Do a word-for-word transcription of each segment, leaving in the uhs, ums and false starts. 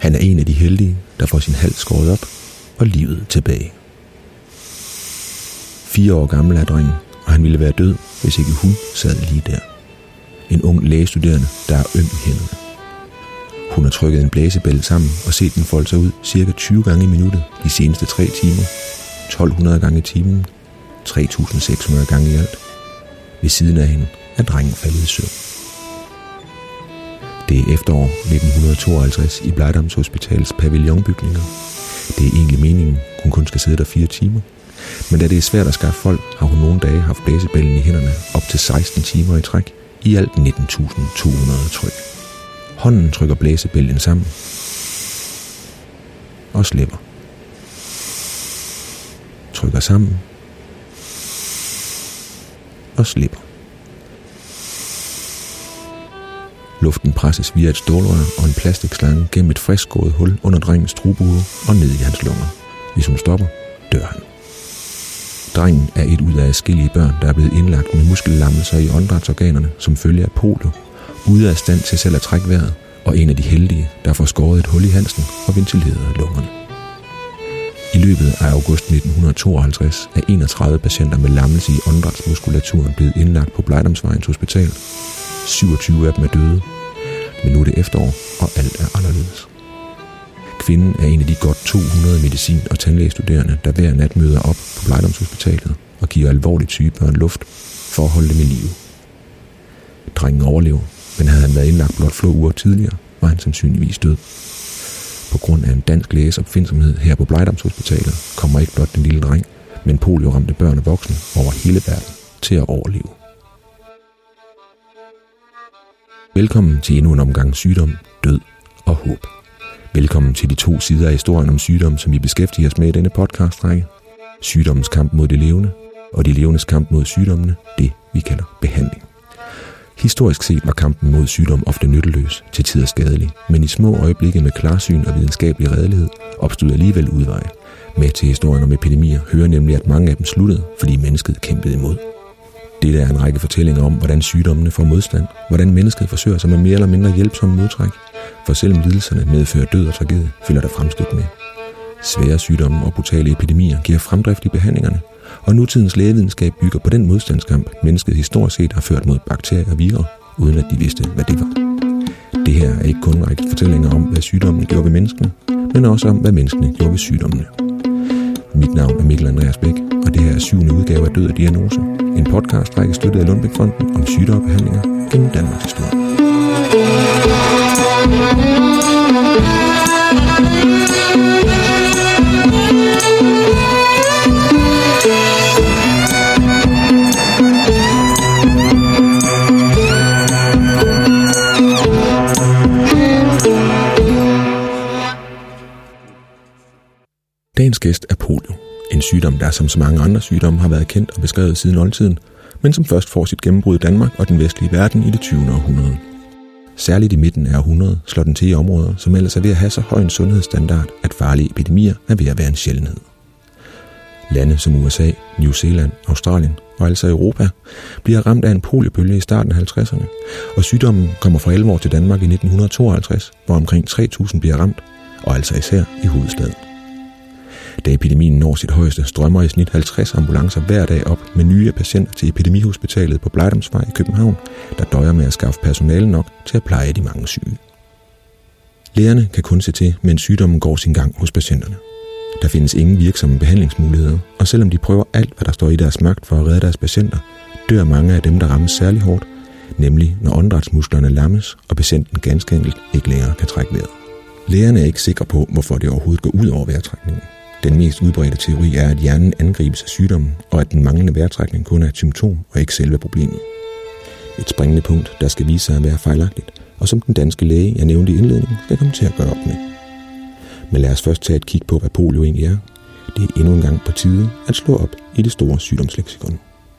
Han er en af de heldige, der får sin hals skåret op og livet tilbage. Fire år gammel er drengen, og han ville være død, hvis ikke hun sad lige der. En ung lægestuderende, der er øm i hænderne. Hun har trykket en blæsebælle sammen og set den folde sig ud cirka tyve gange i minuttet de seneste tre timer. tolv hundrede gange i timen. tre tusind seks hundrede gange i alt. Ved siden af hende er drengen faldet i søvn. Det er efterår nitten tooghalvtreds i Blegdams Hospitals pavillonbygninger. Det er egentlig meningen, hun kun skal sidde der fire timer. Men da det er svært at skaffe folk, har hun nogle dage haft blæsebællen i hænderne op til seksten timer i træk. I alt nitten tusind to hundrede tryk. Hånden trykker blæsebælgen sammen og slipper. Trykker sammen og slipper. Luften presses via et stålrør og en plastikslange gennem et friskskåret hul under drengens trubue og ned i hans lunger. Hvis hun stopper, dør han. Drengen er et ud af adskillige børn, der er blevet indlagt med muskellammelser i åndedrætsorganerne som følge af polio, ude af stand til selv at trække vejret, og en af de heldige, der får skåret et hul i halsen og ventileret lungerne. I løbet af august nitten tooghalvtreds er enogtredive patienter med lammelse i åndedrætsmuskulaturen blevet indlagt på Blegdamsvejens Hospital. syvogtyve af dem er døde, men nu er det efterår, og alt er anderledes. Kvinden er en af de godt to hundrede medicin- og tandlægestuderende, der hver nat møder op på Blegdamshospitalet og giver alvorligt syge børn luft for at holde dem i live. Drengen overlever, men havde han været indlagt blot få uger tidligere, var han sandsynligvis død. På grund af en dansk læges opfindsomhed her på Blegdamshospitalet kommer ikke blot den lille dreng, men polioramte børn og voksne over hele verden til at overleve. Velkommen til endnu en omgang sygdom, død og håb. Velkommen til de to sider af historien om sygdom, som vi beskæftiger os med i denne podcastrække. Sygdommens kamp mod det levende, og de levendes kamp mod sygdommene, det vi kalder behandling. Historisk set var kampen mod sygdom ofte nytteløs, til tider skadelig, men i små øjeblikke med klarsyn og videnskabelig redelighed opstod alligevel udveje. Med til historien om epidemier hører nemlig, at mange af dem sluttede, fordi mennesket kæmpede imod. Dette er en række fortællinger om, hvordan sygdommene får modstand, hvordan mennesket forsøger sig med mere eller mindre hjælpsomme modtræk, for selvom lidelserne medfører død og tragedie, følger der fremskridt med. Svære sygdomme og brutale epidemier giver fremdrift i behandlingerne, og nutidens lægevidenskab bygger på den modstandskamp, mennesket historisk set har ført mod bakterier og virer, uden at de vidste, hvad det var. Det her er ikke kun en række fortællinger om, hvad sygdommene gjorde ved menneskene, men også om, hvad menneskene gjorde ved sygdommene. Mit navn er Mikkel Andreas Bæk, og det her er syvende udgave af Død og Diagnose, en podcastrække støttet af Lundbæk-fonden om sygdomsbehandlinger gennem Danmarks historie. Dagens gæst er polio. En sygdom, der som så mange andre sygdomme har været kendt og beskrevet siden oldtiden, men som først får sit gennembrud i Danmark og den vestlige verden i det tyvende århundrede. Særligt i midten af århundredet slår den til i områder, som ellers er ved at have så høj en sundhedsstandard, at farlige epidemier er ved at være en sjældenhed. Lande som U S A, New Zealand, Australien og altså Europa bliver ramt af en poliobølge i starten af halvtredserne, og sygdommen kommer for alvor til Danmark i nitten tooghalvtreds, hvor omkring tre tusind bliver ramt, og altså især i hovedstaden. Da epidemien når sit højeste, strømmer i snit halvtreds ambulancer hver dag op med nye patienter til Epidemihospitalet på Blegdamsvej i København, der døjer med at skaffe personale nok til at pleje de mange syge. Lægerne kan kun se til, mens sygdommen går sin gang hos patienterne. Der findes ingen virksomme behandlingsmuligheder, og selvom de prøver alt, hvad der står i deres magt for at redde deres patienter, dør mange af dem, der rammes særlig hårdt, nemlig når åndedrætsmusklerne lammes, og patienten ganske enkelt ikke længere kan trække vejret. Lægerne er ikke sikre på, hvorfor det overhovedet går ud over vejrtrækningen. Den mest udbredte teori er, at hjernen angribes af sygdommen, og at den manglende vejrtrækning kun er et symptom og ikke selve problemet. Et springende punkt, der skal vise sig at være fejlagtigt, og som den danske læge, jeg nævnte i indledningen, skal komme til at gøre op med. Men lad os først tage et kig på, hvad polio egentlig er. Det er endnu en gang på tide at slå op i det store sygdomsleksikon.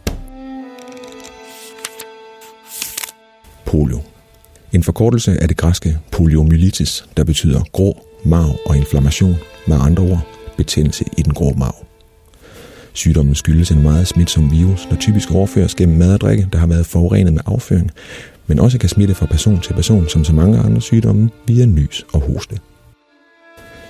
Polio. En forkortelse af det græske poliomyelitis, der betyder grå, marv og inflammation, med andre ord betændelse i den grå marv. Sygdommen skyldes en meget smitsom virus, der typisk overføres gennem mad og drikke, der har været forurenet med afføring, men også kan smitte fra person til person, som så mange andre sygdomme, via nys og hoste.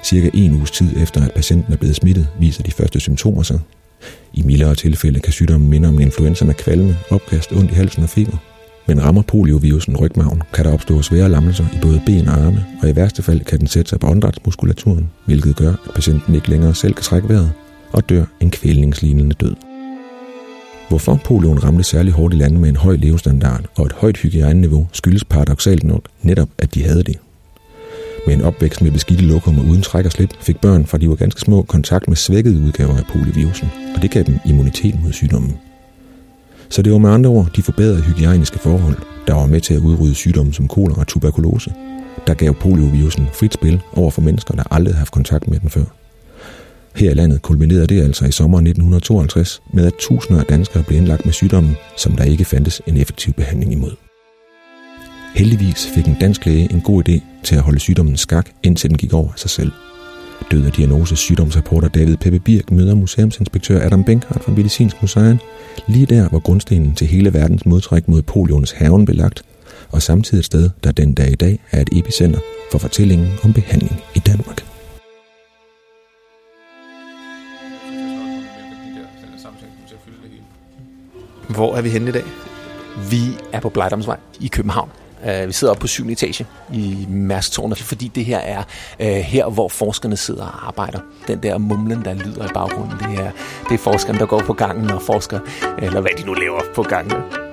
Cirka en uges tid efter, at patienten er blevet smittet, viser de første symptomer sig. I mildere tilfælde kan sygdommen minde om en influenza med kvalme, opkast, ondt i halsen og feber. Men rammer poliovirusen rygmarven, kan der opstå svære lammelser i både ben og arme, og i værste fald kan den sætte sig på åndedrætsmuskulaturen, hvilket gør, at patienten ikke længere selv kan trække vejret og dør en kvælningslignende død. Hvorfor polioen ramte særlig hårdt i lande med en høj levestandard og et højt hygiejneniveau, skyldes paradoksalt nok netop, at de havde det. Med en opvækst med beskidte lokummer uden træk og slip, fik børn fra de var ganske små kontakt med svækkede udgaver af poliovirusen, og det gav dem immunitet mod sygdommen. Så det var med andre ord de forbedrede hygiejniske forhold, der var med til at udrydde sygdomme som kolera og tuberkulose, der gav poliovirusen frit spil over for mennesker, der aldrig havde haft kontakt med den før. Her i landet kulminerede det altså i sommeren nitten tooghalvtreds med, at tusinder af danskere blev indlagt med sygdommen, som der ikke fandtes en effektiv behandling imod. Heldigvis fik en dansk læge en god idé til at holde sygdommen skak, indtil den gik over af sig selv. Død af diagnose sygdomsreporter David Peppe Birk møder museumsinspektør Adam Benkhardt fra Medicinsk Museum, lige der, hvor grundstenen til hele verdens modtræk mod polioens hærgen blev lagt, og samtidig et sted, der den dag i dag er et epicenter for fortællingen om behandling i Danmark. Hvor er vi henne i dag? Vi er på Blejdomsvej i København. Vi sidder oppe på syvende etage i Mærsk-tårnet, fordi det her er uh, her, hvor forskerne sidder og arbejder. Den der mumlen, der lyder i baggrunden, det er, det er forskerne, der går på gangen og forsker, eller hvad de nu laver på gangen.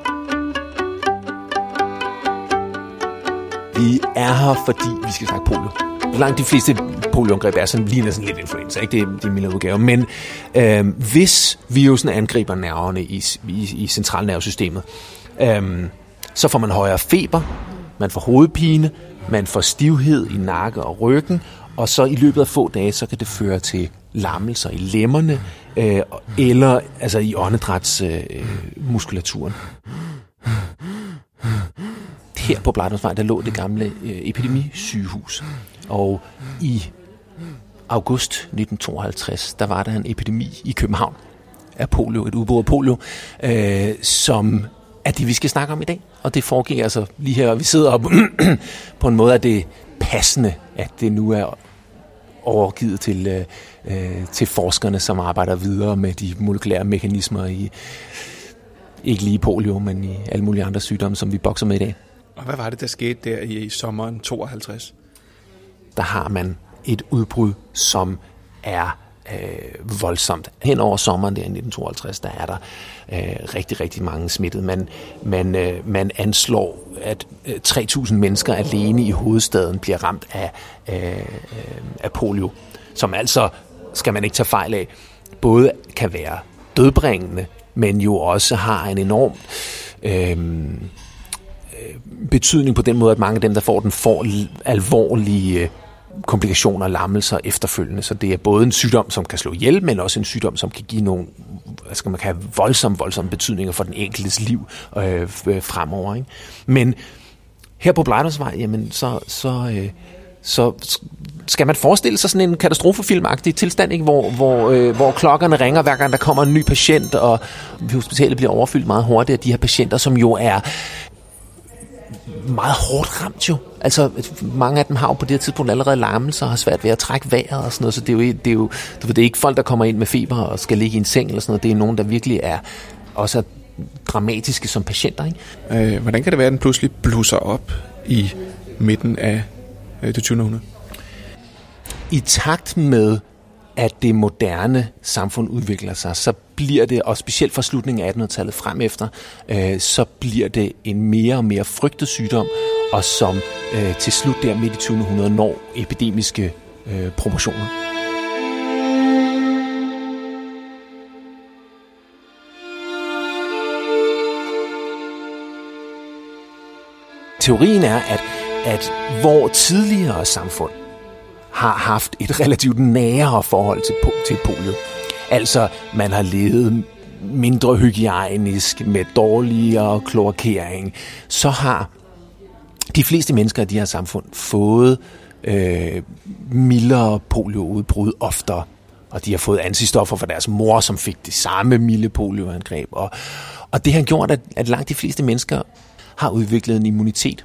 Vi er her, fordi vi skal snakke polio. Langt de fleste polioangreb er sådan, ligner sådan lidt influenza, ikke? Det er, det er milde udgave. Men øh, hvis virusen angriber nerverne i, i, i centralnervesystemet, øh, så får man højere feber, man får hovedpine, man får stivhed i nakke og ryggen, og så i løbet af få dage, så kan det føre til lammelser i lemmerne, øh, eller altså i åndedrætsmuskulaturen. Øh, Her på Blejdomsvej, der lå det gamle øh, epidemisygehus, og i august nitten tooghalvtreds, der var der en epidemi i København af polio, et udbrud af polio, øh, som er det, vi skal snakke om i dag. Og det foregik altså lige her, og vi sidder op på en måde, at det er passende, at det nu er overgivet til, øh, til forskerne, som arbejder videre med de molekylære mekanismer i, ikke lige polio, men i alle mulige andre sygdomme, som vi bokser med i dag. Og hvad var det, der skete der i sommeren tooghalvtreds? Der har man et udbrud, som er øh, voldsomt. Hen over sommeren der i nitten tooghalvtreds, der er der øh, rigtig, rigtig mange smittede. Man, man, øh, man anslår, at øh, tre tusind mennesker alene i hovedstaden bliver ramt af, øh, af polio, som altså, skal man ikke tage fejl af, både kan være dødbringende, men jo også har en enorm øh, betydning på den måde, at mange af dem, der får den, får alvorlige komplikationer og lammelser efterfølgende. Så det er både en sygdom, som kan slå ihjel, men også en sygdom, som kan give nogle, hvad skal man have, voldsomme, voldsomme betydninger for den enkeltes liv øh, fremover. Ikke? Men her på Blejdomsvej, jamen, så, så, øh, så skal man forestille sig sådan en katastrofefilmagtig tilstand, ikke? Hvor, hvor, øh, hvor klokkerne ringer, hver gang der kommer en ny patient, og hospitalet bliver overfyldt meget hurtigt af de her patienter, som jo er meget hårdt ramt jo. Altså, mange af dem har jo på det her tidspunkt allerede lammelser og har svært ved at trække vejret og sådan noget, så det er jo, det er jo du ved, det er ikke folk, der kommer ind med feber og skal ligge i en seng eller sådan noget. Det er nogen, der virkelig er også er dramatiske som patienter, ikke? Øh, hvordan kan det være, at den pludselig blusser op i midten af øh, det tyvende århundrede? I takt med, at det moderne samfund udvikler sig, så bliver det, og specielt fra slutningen af attenhundredetallet frem efter, øh, så bliver det en mere og mere frygtet sygdom, og som øh, til slut der midt i tyvende århundrede når epidemiske øh, proportioner. Teorien er, at, at hvor tidligere samfund har haft et relativt nærere forhold til, til polio. Altså, man har levet mindre hygiejnisk, med dårligere kloakering, så har de fleste mennesker i de her samfund fået øh, mildere polioudbrud oftere. Og de har fået antistoffer fra deres mor, som fik det samme milde polioangreb. Og, og det har gjort, at, at langt de fleste mennesker har udviklet en immunitet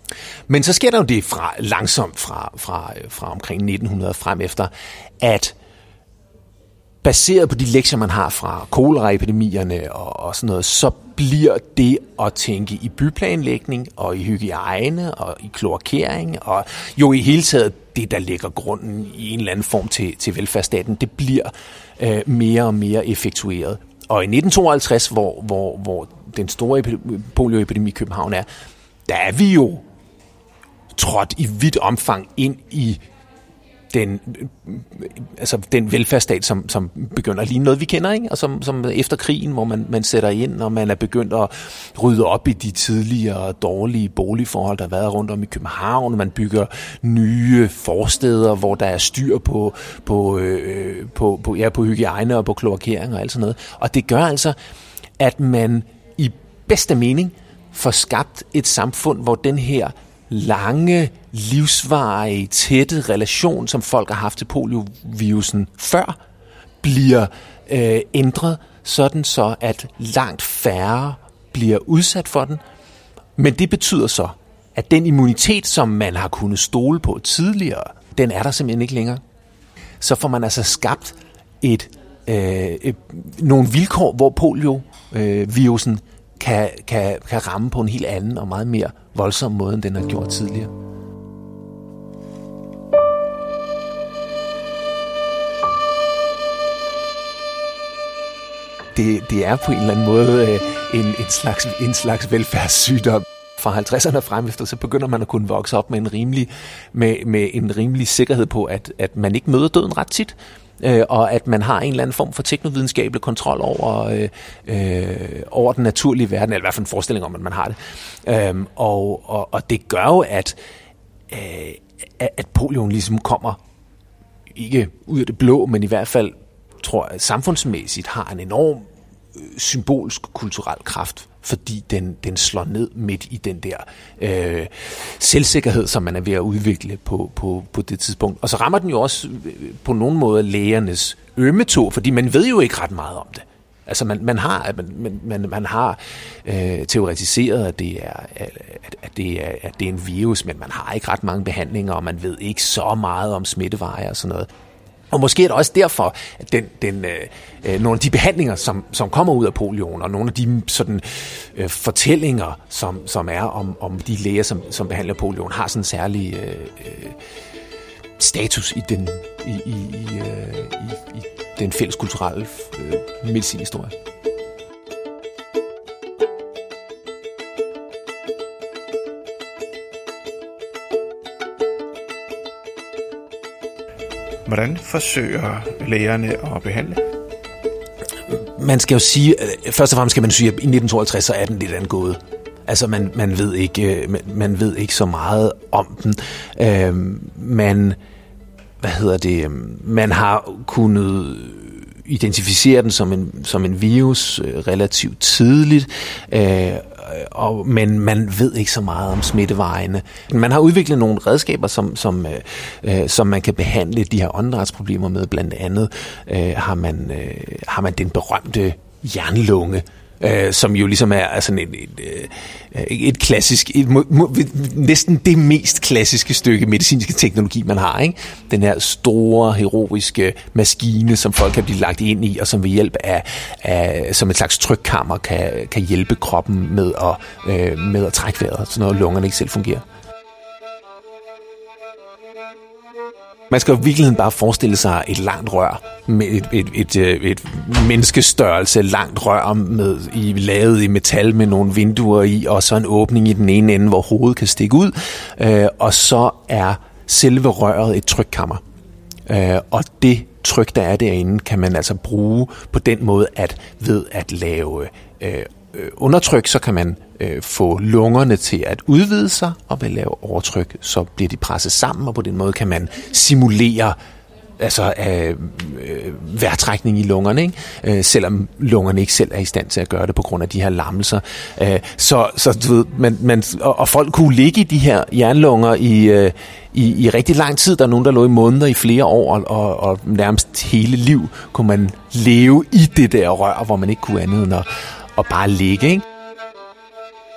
Men så sker der jo det fra, langsomt fra, fra, fra omkring nitten hundrede frem efter, at baseret på de lektier, man har fra koleraepidemierne og, og sådan noget, så bliver det at tænke i byplanlægning og i hygiejne og i kloakering og jo i hele taget det, der lægger grunden i en eller anden form til, til velfærdsstaten, det bliver øh, mere og mere effektueret. Og i nitten tooghalvtreds, hvor, hvor, hvor den store polioepidemi i København er, der er vi jo trådt i vidt omfang ind i den, altså den velfærdsstat, som, som begynder at ligne noget, vi kender, ikke? Og som, som efter krigen, hvor man, man sætter ind, og man er begyndt at rydde op i de tidligere dårlige boligforhold, der har været rundt om i København. Man bygger nye forsteder, hvor der er styr på, på, øh, på, på, ja, på hygiejne og på kloakering og alt sådan noget. Og det gør altså, at man i bedste mening får skabt et samfund, hvor den her lange, livsvarige, tætte relation, som folk har haft til poliovirusen før, bliver øh, ændret, sådan så, at langt færre bliver udsat for den. Men det betyder så, at den immunitet, som man har kunnet stole på tidligere, den er der simpelthen ikke længere. Så får man altså skabt et, øh, et, nogle vilkår, hvor poliovirusen øh, kan, kan, kan ramme på en helt anden og meget mere voldsom måde, end den har gjort tidligere. Det, det er på en eller anden måde en, en, slags, en slags velfærdssygdom. Fra halvtredserne frem efter, så begynder man at kunne vokse op med en rimelig, med, med en rimelig sikkerhed på, at, at man ikke møder døden ret tit, øh, og at man har en eller anden form for teknovidenskabelig kontrol over, øh, øh, over den naturlige verden, eller i hvert fald en forestilling om, at man har det. Øh, og, og, og det gør jo, at, øh, at polioen ligesom kommer, ikke ud af det blå, men i hvert fald, tror jeg, samfundsmæssigt har en enorm symbolsk kulturel kraft, fordi den, den slår ned midt i den der øh, selvsikkerhed, som man er ved at udvikle på, på, på det tidspunkt. Og så rammer den jo også på nogle måder lægernes ømme tå, fordi man ved jo ikke ret meget om det. Altså man, man har, man, man, man har øh, teoretiseret, at det, er, at, at, det er, at det er en virus, men man har ikke ret mange behandlinger, og man ved ikke så meget om smitteveje og sådan noget. Og måske er det også derfor, at den, den, øh, nogle af de behandlinger, som, som kommer ud af polioen, og nogle af de sådan, øh, fortællinger, som, som er om, om de læger, som, som behandler polioen, har sådan en særlig øh, øh, status i den, i, i, i, øh, i, i den fælles kulturelle øh, medicinhistorie. Hvordan forsøger lægerne at behandle? Man skal jo sige, først og fremmest skal man sige, at i nitten tooghalvtreds så er den lidt angået. Altså man, man, ved ikke, man, man ved ikke så meget om den. Øh, man, hvad hedder det, man har kunnet identificere den som en, som en virus øh, relativt tidligt, øh, og, men man ved ikke så meget om smittevejene. Man har udviklet nogle redskaber, som, som, øh, som man kan behandle de her åndedrætsproblemer med. Blandt andet øh, har, man, øh, har man den berømte jernlunge, Øh, som jo ligesom er altså et, et, et, et klassisk, et, må, må, næsten det mest klassiske stykke medicinske teknologi, man har, ikke? Den her store, heroiske maskine, som folk kan blive lagt ind i, og som ved hjælp af, af som et slags trykkammer kan, kan hjælpe kroppen med at, øh, med at trække vejret, så noget lungerne ikke selv fungerer. Man skal jo i virkeligheden bare forestille sig et langt rør med et, et, et, et, et menneskestørrelse langt rør med, i, lavet i metal med nogle vinduer i, og så en åbning i den ene ende, hvor hovedet kan stikke ud, øh, og så er selve røret et trykkammer. Øh, og det tryk, der er derinde, kan man altså bruge på den måde, at ved at lave øh, undertryk, så kan man øh, få lungerne til at udvide sig, og ved at lave overtryk, så bliver de presset sammen, og på den måde kan man simulere altså øh, øh, vejrtrækning i lungerne, ikke? Øh, selvom lungerne ikke selv er i stand til at gøre det på grund af de her lammelser. Øh, så så du ved, man, man, og, og folk kunne ligge i de her jernlunger i, øh, i, i rigtig lang tid. Der er nogen, der lå i måneder, i flere år, og, og nærmest hele liv kunne man leve i det der rør, hvor man ikke kunne andet end at, at bare ligge, ikke?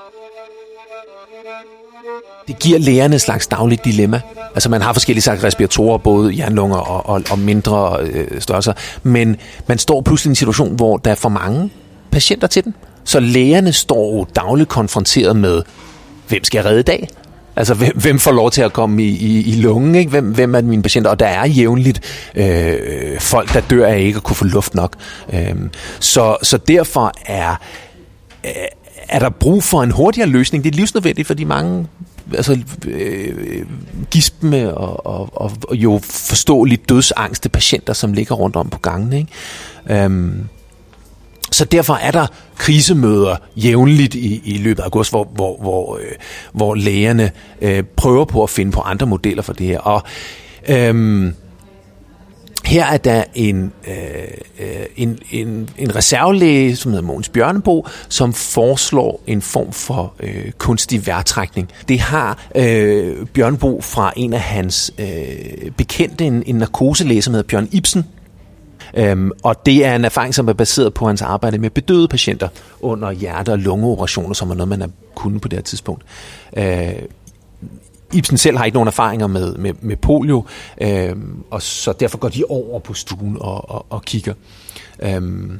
Det giver lægerne et slags dagligt dilemma. Altså man har forskellige slags respiratorer, både jernlunger og, og, og mindre øh, størrelser, men man står pludselig i en situation, hvor der er for mange patienter til den. Så lægerne står jo dagligt konfronteret med, hvem skal jeg redde i dag? Altså, hvem, hvem får lov til at komme i, i, i lungen, ikke? Hvem, hvem er mine patienter? Og der er jævnligt øh, folk, der dør af ikke at kunne få luft nok. Øhm, så, så derfor er, øh, er der brug for en hurtigere løsning. Det er livsnødvendigt for de mange altså, øh, gispende og, og, og, og jo forståeligt dødsangste patienter, som ligger rundt om på gangene, ikke? Øhm, Så derfor er der krisemøder jævnligt i, i løbet af august, hvor, hvor, hvor, øh, hvor lægerne øh, prøver på at finde på andre modeller for det her. Og øh, her er der en, øh, en, en, en reservelæge, som hedder Mogens Bjørneboe, som foreslår en form for øh, kunstig vejrtrækning. Det har øh, Bjørneboe fra en af hans øh, bekendte, en, en narkoselæge, som hedder Bjørn Ibsen. Øhm, og det er en erfaring, som er baseret på hans arbejde med bedøvede patienter under hjerte- og lungeoperationer, som er noget, man har kunnet på det her tidspunkt. Øh, Ibsen selv har ikke nogen erfaringer med, med, med polio, øh, og så derfor går de over på stuen og, og, og kigger. Øh,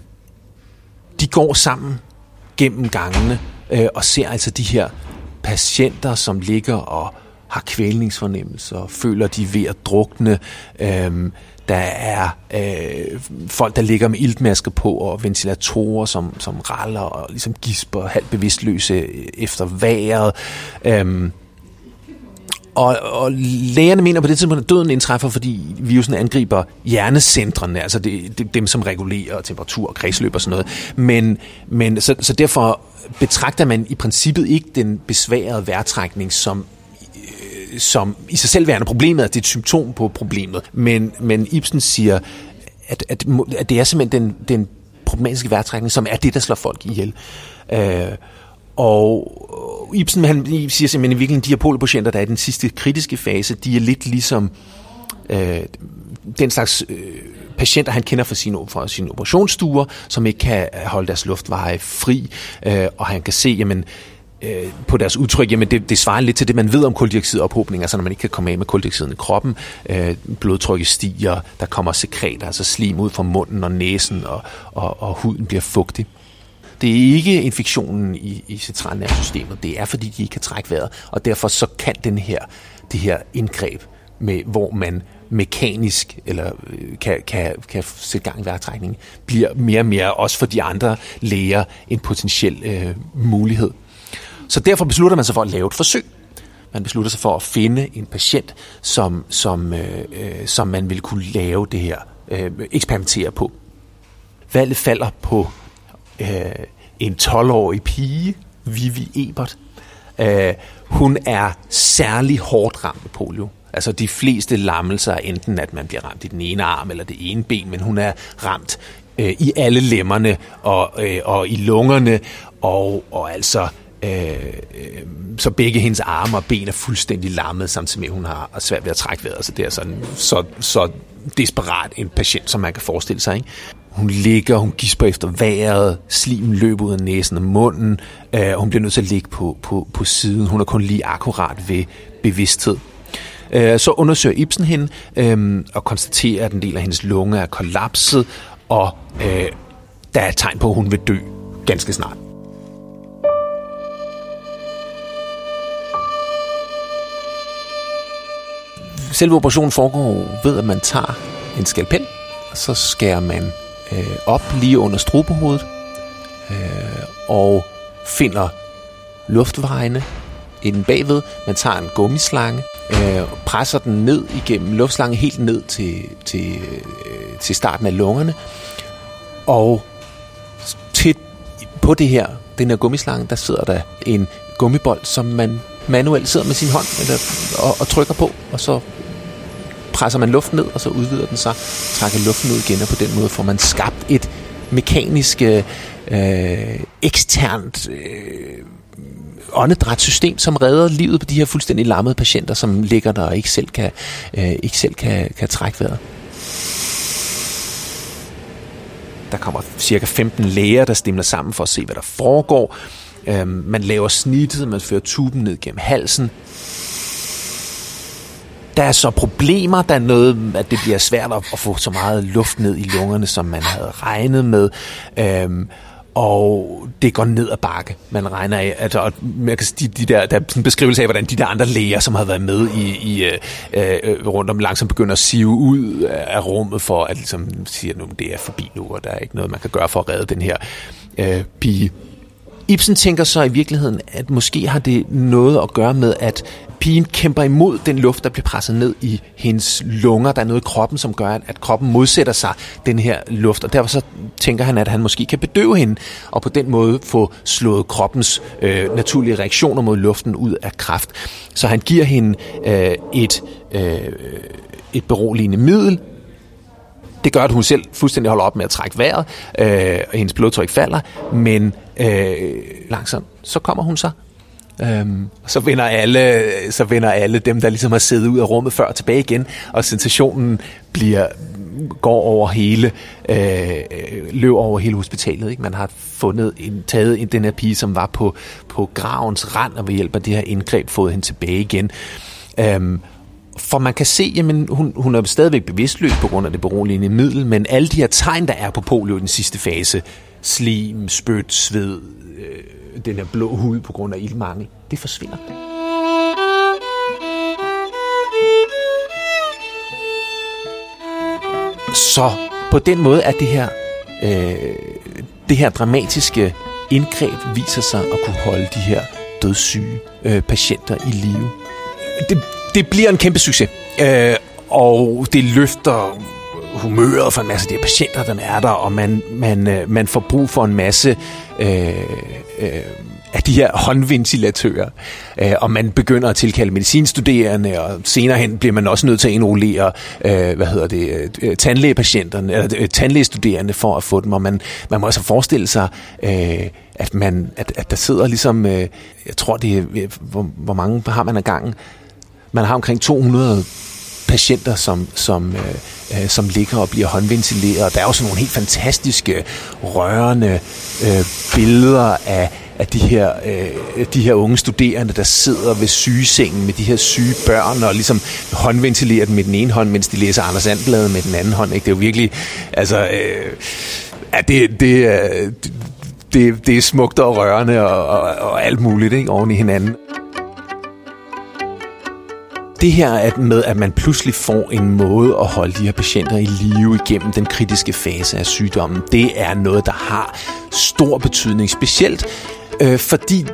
de går sammen gennem gangene øh, og ser altså de her patienter, som ligger og har kvælningsfornemmelser, føler de er ved at drukne. Øh, Der er øh, folk, der ligger med iltmasker på, og ventilatorer, som, som raller og ligesom gisper, halvt bevidstløse efter vejret. Øhm, og, og lægerne mener på det tidspunkt, at døden indtræffer, fordi virusen angriber hjernecentrene, altså det, det, dem, som regulerer temperatur og kredsløb og sådan noget. Men, men så, så derfor betragter man i princippet ikke den besværede vejrtrækning som som i sig selv værende problemet, at det er et symptom på problemet. Men, men Ibsen siger, at, at, at det er simpelthen den, den problematiske vejrtrækning, som er det, der slår folk ihjel. Øh, og Ibsen han siger simpelthen, at i virkeligheden de her polopatienter, der er i den sidste kritiske fase, de er lidt ligesom øh, den slags øh, patienter, han kender fra sine, fra sine operationsstuer, som ikke kan holde deres luftveje fri, øh, og han kan se, jamen, på deres udtryk, jamen det, det svarer lidt til det, man ved om kuldioxidophobning, altså når man ikke kan komme af med kuldioxiden i kroppen, øh, blodtrykket stiger, der kommer sekreter, altså slim ud fra munden og næsen, og, og, og huden bliver fugtig. Det er ikke infektionen i, i centralnervesystemet, det er fordi, de ikke kan trække vejret, og derfor så kan den her, det her indgreb, med, hvor man mekanisk eller kan, kan, kan sætte gang i vejrtrækning, bliver mere og mere, også for de andre læger, en potentiel øh, mulighed. Så derfor beslutter man sig for at lave et forsøg. Man beslutter sig for at finde en patient, som, som, øh, som man vil kunne lave det her, øh, eksperimentere på. Valget falder på øh, en tolv-årig pige, Vivi Ebert. Øh, hun er særlig hårdt ramt af polio. Altså de fleste lammelser er enten, at man bliver ramt i den ene arm eller det ene ben, men hun er ramt øh, i alle lemmerne og, øh, og i lungerne, og, og altså Øh, øh, så begge hendes arme og ben er fuldstændig lammet, samtidig med, at hun har svært ved at trække vejret. Så det er sådan, så, så desperat en patient, som man kan forestille sig, ikke? Hun ligger, hun gisper efter vejret, slimen løber ud af næsen og munden, øh, og hun bliver nødt til at ligge på, på, på siden. Hun er kun lige akkurat ved bevidsthed. Øh, så undersøger Ibsen hende øh, og konstaterer, at en del af hendes lunge er kollapset, og øh, der er tegn på, at hun vil dø ganske snart. Selve operationen foregår ved, at man tager en skalpel, og så skærer man øh, op lige under strubehovedet, øh, og finder luftvejene inden bagved. Man tager en gummislange, øh, presser den ned igennem luftslangen, helt ned til, til, øh, til starten af lungerne, og til, på det her, den her gummislange, der sidder der en gummibold, som man manuelt sidder med sin hånd eller, og, og trykker på, og så presser man luften ned, og så udvider den sig, trækker luften ud igen, og på den måde får man skabt et mekanisk, øh, eksternt øh, åndedrætssystem, som redder livet på de her fuldstændig lammede patienter, som ligger der og ikke selv kan, øh, ikke selv kan, kan trække vejret. Der kommer cirka femten læger, der stimler sammen for at se, hvad der foregår. Øh, man laver snittet, man fører tuben ned gennem halsen. Der er så problemer, der er noget, at det bliver svært at, at få så meget luft ned i lungerne, som man havde regnet med. Øhm, og det går ned ad bakke. Man regner af, at og man kan, de, de der, der er en beskrivelse af, hvordan de der andre læger, som har været med i, i øh, rundt om, langsomt begynder at sive ud af rummet for at ligesom sige, at nu, det er forbi nu, og der er ikke noget, man kan gøre for at redde den her øh, pige. Ibsen tænker så i virkeligheden, at måske har det noget at gøre med, at pigen kæmper imod den luft, der bliver presset ned i hendes lunger. Der er noget i kroppen, som gør, at kroppen modsætter sig den her luft, og derfor så tænker han, at han måske kan bedøve hende, og på den måde få slået kroppens øh, naturlige reaktioner mod luften ud af kraft. Så han giver hende øh, et, øh, et beroligende middel. Det gør, at hun selv fuldstændig holder op med at trække vejret, øh, og hendes blodtryk falder, men øh, langsomt, så kommer hun så. Øhm, så vender alle, så vender alle dem, der ligesom har siddet ud af rummet før, tilbage igen, og sensationen bliver, går over hele, øh, løber over hele hospitalet. Ikke? Man har fundet en, taget den her pige, som var på, på gravens rand, og ved hjælp af det her indgreb fået hende tilbage igen. Øhm, For man kan se, jamen hun, hun er stadigvæk bevidstløs på grund af det beroligende middel, men alle de her tegn, der er på polio i den sidste fase, slim, spyt, sved, øh, den her blå hud på grund af iltmangel, det forsvinder. Så på den måde er det her, øh, det her dramatiske indgreb viser sig at kunne holde de her dødssyge øh, patienter i live. Det, det bliver en kæmpe succes, øh, og det løfter humøret for en masse af de her patienter, der er der, og man, man, øh, man får brug for en masse øh, øh, af de her håndventilatører, øh, og man begynder at tilkalde medicinstuderende, og senere hen bliver man også nødt til at indrullere øh, hvad hedder det, øh, tandlægepatienterne, eller øh, tandlægestuderende for at få dem, og man, man må også forestille sig, øh, at, man, at, at der sidder ligesom, øh, jeg tror det er, hvor, hvor mange har man ad gangen? Man har omkring to hundrede patienter, som, som, øh, som ligger og bliver håndventileret, og der er også nogle helt fantastiske, rørende øh, billeder af af de her, øh, de her unge studerende, der sidder ved sygesengen med de her syge børn, og ligesom håndventilerer dem med den ene hånd, mens de læser Anders And-bladet med den anden hånd. Ikke? Det er jo virkelig, altså, øh, ja, det, det, det, det er smukt og rørende og, og, og alt muligt, ikke? Oven i hinanden. Det her at med, at man pludselig får en måde at holde de her patienter i live igennem den kritiske fase af sygdommen, det er noget, der har stor betydning, specielt øh, fordi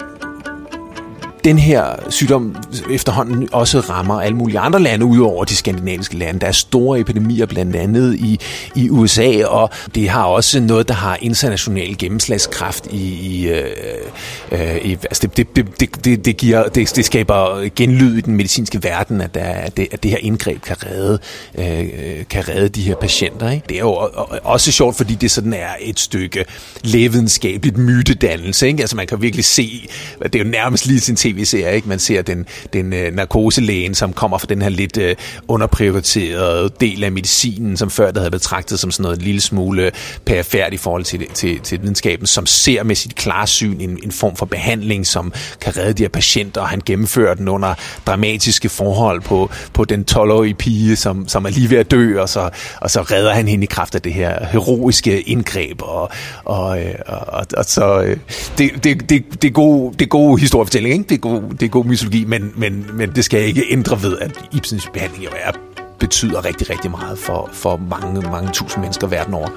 den her sygdom efterhånden også rammer alle mulige andre lande udover de skandinaviske lande. Der er store epidemier blandt andet i, i U S A, og det har også noget, der har international gennemslagskraft i, i, øh, øh, i altså det, det, det, det, det, giver, det, det skaber genlyd i den medicinske verden, at, der, at, det, at det her indgreb kan redde, øh, kan redde de her patienter. Ikke? Det er jo også sjovt, fordi det sådan er et stykke lægevidenskabeligt mytedannelse. Ikke? Altså man kan virkelig se, det er jo nærmest lige sin tv-serie, ikke? Man ser den, den øh, narkoselægen, som kommer fra den her lidt øh, underprioriterede del af medicinen, som før der havde betragtet som sådan noget en lille smule perifært i forhold til, til, til videnskaben, som ser med sit klarsyn en, en form for behandling, som kan redde de her patienter, og han gennemfører den under dramatiske forhold på, på den tolv-årige pige, som, som er lige ved at dø, og så, og så redder han hende i kraft af det her heroiske indgreb, og, og, og, og så øh, det, det, det, det er god, det er god historiefortælling, ikke? Det er god, det er god mytologi, men, men, men det skal ikke ændre ved, at Ibsens behandling jo er, betyder rigtig, rigtig meget for, for mange, mange tusind mennesker verden over.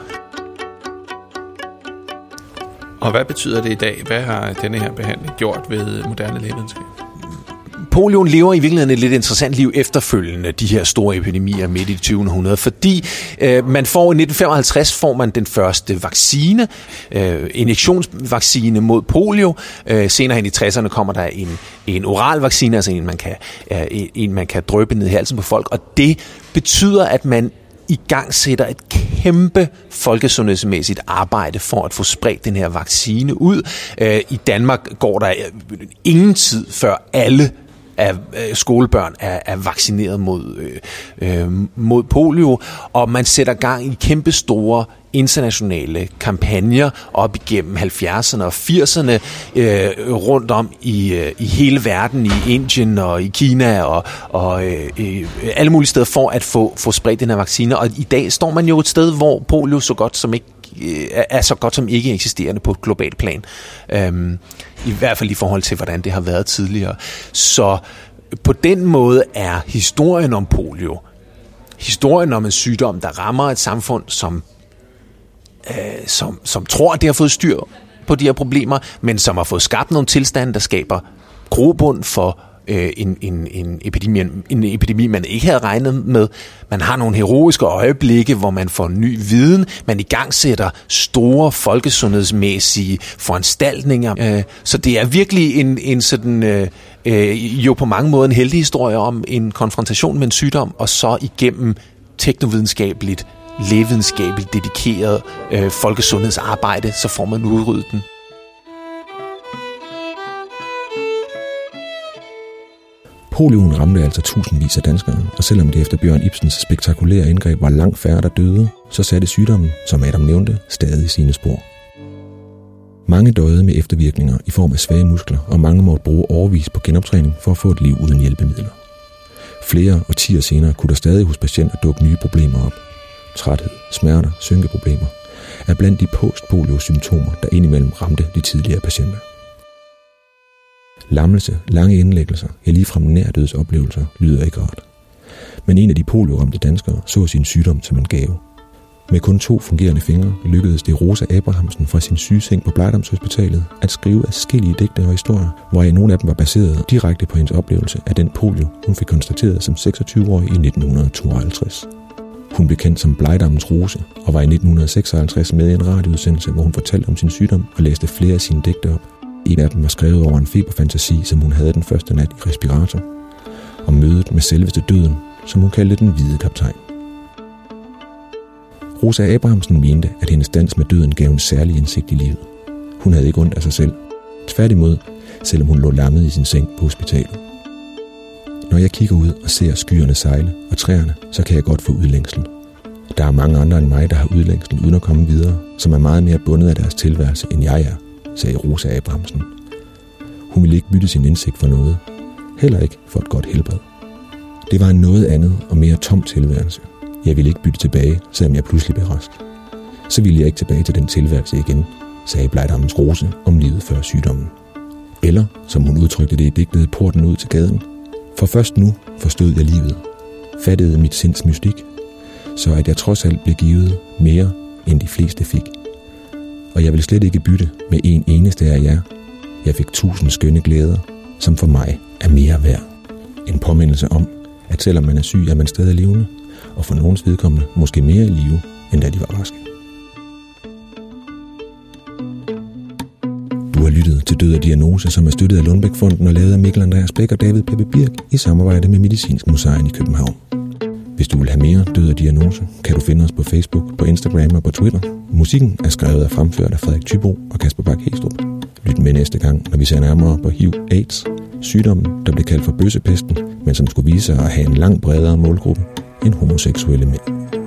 Og hvad betyder det i dag? Hvad har denne her behandling gjort ved moderne lægevidenskab? Polioen lever i virkeligheden et lidt interessant liv efterfølgende de her store epidemier midt i det tyvende århundrede, fordi øh, man får i nitten femoghalvtreds får man den første vaccine, øh, injektionsvaccine mod polio. Øh, senere hen i tresserne kommer der en, en oral vaccine, altså en man kan, øh, en man kan dryppe ned i halsen på folk, og det betyder, at man i gang sætter et kæmpe folkesundhedsmæssigt arbejde for at få spredt den her vaccine ud. Øh, I Danmark går der ingen tid før alle af skolebørn er, er vaccineret mod, øh, mod polio, og man sætter gang i kæmpe store internationale kampagner op igennem halvfjerdserne og firserne øh, rundt om i, øh, i hele verden, i Indien og i Kina og, og øh, øh, alle mulige steder for at få, få spredt den her vaccine. Og i dag står man jo et sted, hvor polio så godt som ikke øh, er så godt som ikke eksisterende på et globalt plan. Øhm, I hvert fald i forhold til, hvordan det har været tidligere. Så på den måde er historien om polio, historien om en sygdom, der rammer et samfund, som Øh, som, som tror, at det har fået styr på de her problemer, men som har fået skabt nogle tilstande, der skaber grobund for øh, en, en, en, epidemi, en epidemi, man ikke havde regnet med. Man har nogle heroiske øjeblikke, hvor man får ny viden, man igangsætter store folkesundhedsmæssige foranstaltninger. Øh, så det er virkelig en, en sådan, øh, øh, jo på mange måder en heldig historie om en konfrontation med en sygdom, og så igennem teknovidenskabeligt lægevidenskabeligt dedikeret øh, folkesundhedsarbejde, så får man udryddet den. Polioen ramte altså tusindvis af danskere, og selvom det efter Bjørn Ibsens spektakulære indgreb var langt færre, der døde, så satte sygdommen, som Adam nævnte, stadig sine spor. Mange døde med eftervirkninger i form af svage muskler, og mange måtte bruge årevis på genoptræning for at få et liv uden hjælpemidler. Flere årtier senere kunne der stadig hos patienter dukke nye problemer op. Træthed, smerter, synkeproblemer er blandt de post-polio-symptomer, der indimellem ramte de tidligere patienter. Lammelse, lange indlæggelser, ja ligefrem nærdødsoplevelser lyder ikke rart. Men en af de polioramte danskere så sin sygdom som en gave. Med kun to fungerende fingre lykkedes det Rosa Abrahamsen fra sin sygeseng på Blegdamshospitalet at skrive adskillige digte og historier, hvoraf nogle af dem var baseret direkte på hendes oplevelse af den polio, hun fik konstateret som seksogtyve-årig i nitten tooghalvtreds. Hun blev kendt som Blegdammens Rose og var i nitten seksoghalvtreds med i en radioudsendelse, hvor hun fortalte om sin sygdom og læste flere af sine digte op. En af dem var skrevet over en feberfantasi, som hun havde den første nat i respirator, og mødet med selveste døden, som hun kaldte den hvide kaptajn. Rosa Abrahamsen mente, at hendes dans med døden gav en særlig indsigt i livet. Hun havde ikke ondt af sig selv. Tværtimod, selvom hun lå lammet i sin seng på hospitalet. Når jeg kigger ud og ser skyerne sejle og træerne, så kan jeg godt få udlængsel. Der er mange andre end mig, der har udlængsel uden at komme videre, som er meget mere bundet af deres tilværelse, end jeg er, sagde Rosa Abrahamsen. Hun ville ikke bytte sin indsigt for noget. Heller ikke for et godt helbred. Det var en noget andet og mere tom tilværelse. Jeg ville ikke bytte tilbage, selvom jeg pludselig blev rask. Så ville jeg ikke tilbage til den tilværelse igen, sagde Blegdammens Rose om livet før sygdommen. Eller, som hun udtrykte det i digtet Porten ud til gaden, for først nu forstod jeg livet, fattede mit sinds mystik, så at jeg trods alt blev givet mere, end de fleste fik. Og jeg vil slet ikke bytte med en eneste af jer. Jeg fik tusind skønne glæder, som for mig er mere værd. En påmindelse om, at selvom man er syg, er man stadig levende, og for nogens vedkommende måske mere i live, end da de var raske. Du har lyttet til Død og Diagnose, som er støttet af Lundbæk-fonden og lavet af Mikkel Andreas Bæk og David Peppe Birk i samarbejde med Medicinsk Museum i København. Hvis du vil have mere Død og Diagnose, kan du finde os på Facebook, på Instagram og på Twitter. Musikken er skrevet og fremført af Frederik Thybo og Kasper Bak-Hestrup. Lyt med næste gang, når vi ser nærmere på H I V AIDS, sygdommen, der blev kaldt for bøssepesten, men som skulle vise sig at have en langt bredere målgruppe end homoseksuelle mænd.